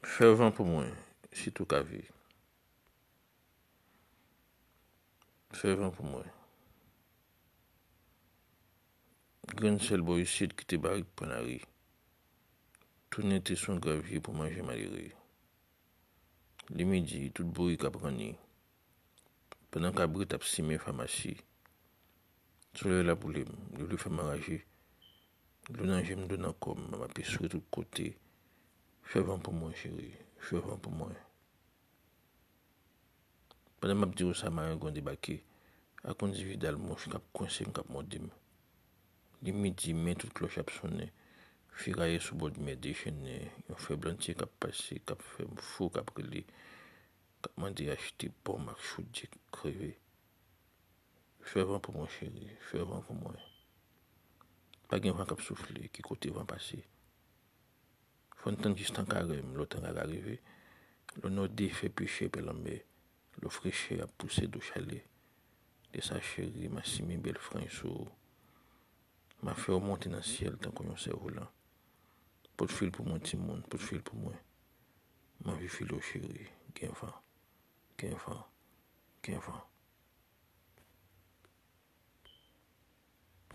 Fervent pour moi, si tout ka vie. Fervent pour moi. Grand sel boy ici qui te barrique pour la rue. Tout n'était son gravier pour manger malheureux. Le midi, tout bruit qu'a prendre. Pendant qu'à brûle tape simé pharmacie. Soleil la boule, je lui fait m'arracher. Le nager me donne comme, m'a pris sur tous côtés. Fervent pour moi, chérie. Fervent pour moi. Pendant m'a dit ça m'a un débarqué. À cause du Vidal, moi, je suis coincé, je suis mordé. Le midi, mais toute cloche a sonné. Firaillé sous bord de mes déchaînés. Un faible entier qui a passé, qui a fait fou, qui a brûlé. Qui a demandé acheter pour ma chaudière crevé. Fervent pour moi, chérie. Fervent pour moi. Pas de vent qui a soufflé, qui côté vent passé. Faut entendre juste un carême, l'autre temps arrivé. Le nord fait pêcher par la mer. Le fraîcheur a poussé d'eau chalet. De sa chérie, ma si belle franchise. M'a fait remonter dans le ciel tant qu'on s'est roulant. Pas de fil pour mon petit monde, pas de fil pour moi. Ma vie file au chéri, qu'un vent, qu'un vent, qu'un vent.